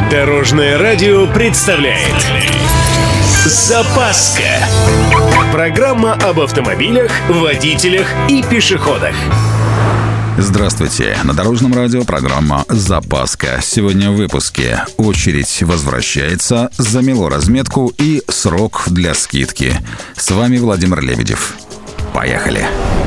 Дорожное радио представляет «Запаска». Программа об автомобилях, водителях и пешеходах. Здравствуйте! На Дорожном радио программа «Запаска». Сегодня в выпуске: очередь возвращается, замело разметку и срок для скидки. С вами Владимир Лебедев. Поехали!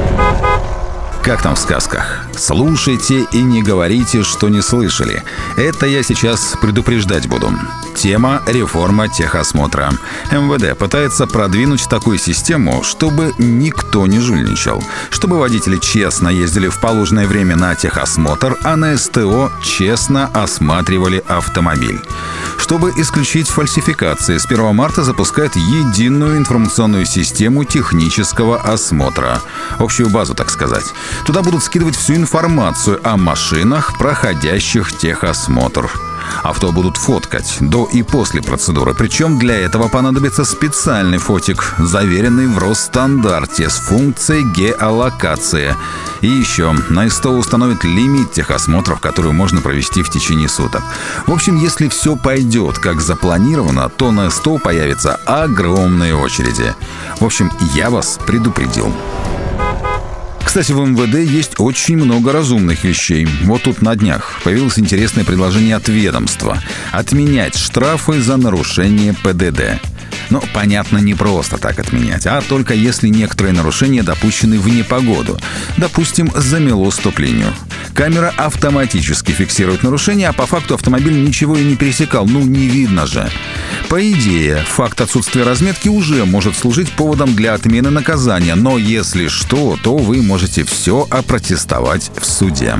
Как там в сказках? Слушайте и не говорите, что не слышали. Это я сейчас предупреждать буду. Тема — реформа техосмотра. МВД пытается продвинуть такую систему, чтобы никто не жульничал. Чтобы водители честно ездили в положенное время на техосмотр, а на СТО честно осматривали автомобиль. Чтобы исключить фальсификации, с 1 марта запускает единую информационную систему технического осмотра. Общую базу, так сказать. Туда будут скидывать всю информацию о машинах, проходящих техосмотр. Авто будут фоткать до и после процедуры. Причем для этого понадобится специальный фотик, заверенный в Росстандарте с функцией геолокации. И еще на СТО установят лимит техосмотров, которую можно провести в течение суток. В общем, если все пойдет как запланировано, то на СТО появятся огромные очереди. В общем, я вас предупредил. Кстати, в МВД есть очень много разумных вещей. Вот тут на днях появилось интересное предложение от ведомства – отменять штрафы за нарушение ПДД. Но, понятно, не просто так отменять, а только если некоторые нарушения допущены в непогоду. Допустим, замело стоп-линию. Камера автоматически фиксирует нарушение, а по факту автомобиль ничего и не пересекал. Не видно же. По идее, факт отсутствия разметки уже может служить поводом для отмены наказания. Но если что, то вы можете все опротестовать в суде.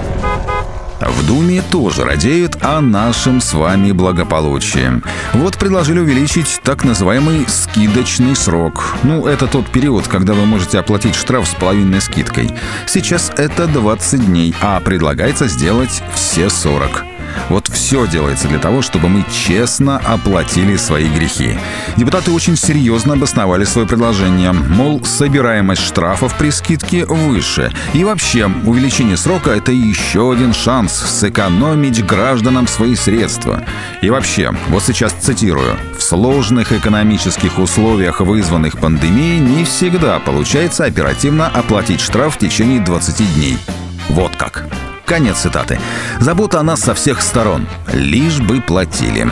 В Думе тоже радеют о нашем с вами благополучии. Вот предложили увеличить так называемый скидочный срок. Это тот период, когда вы можете оплатить штраф с половинной скидкой. Сейчас это 20 дней, а предлагается сделать все 40. Вот все делается для того, чтобы мы честно оплатили свои грехи. Депутаты очень серьезно обосновали свое предложение. Мол, собираемость штрафов при скидке выше. И вообще, увеличение срока – это еще один шанс сэкономить гражданам свои средства. И вообще, вот сейчас цитирую: «В сложных экономических условиях, вызванных пандемией, не всегда получается оперативно оплатить штраф в течение 20 дней». Вот как. Конец цитаты. Забота о нас со всех сторон. Лишь бы платили.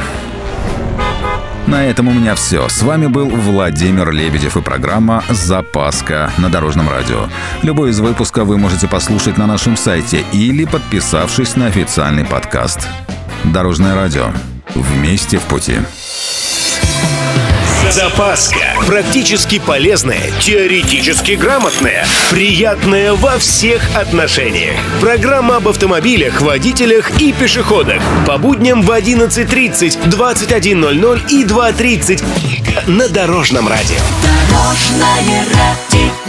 На этом у меня все. С вами был Владимир Лебедев и программа «Запаска» на Дорожном радио. Любой из выпусков вы можете послушать на нашем сайте или подписавшись на официальный подкаст. Дорожное радио. Вместе в пути. Запаска. Практически полезная, теоретически грамотная, приятная во всех отношениях. Программа об автомобилях, водителях и пешеходах. По будням в 11:30, 21:00 и 2:30 на Дорожном радио. Дорожное радио.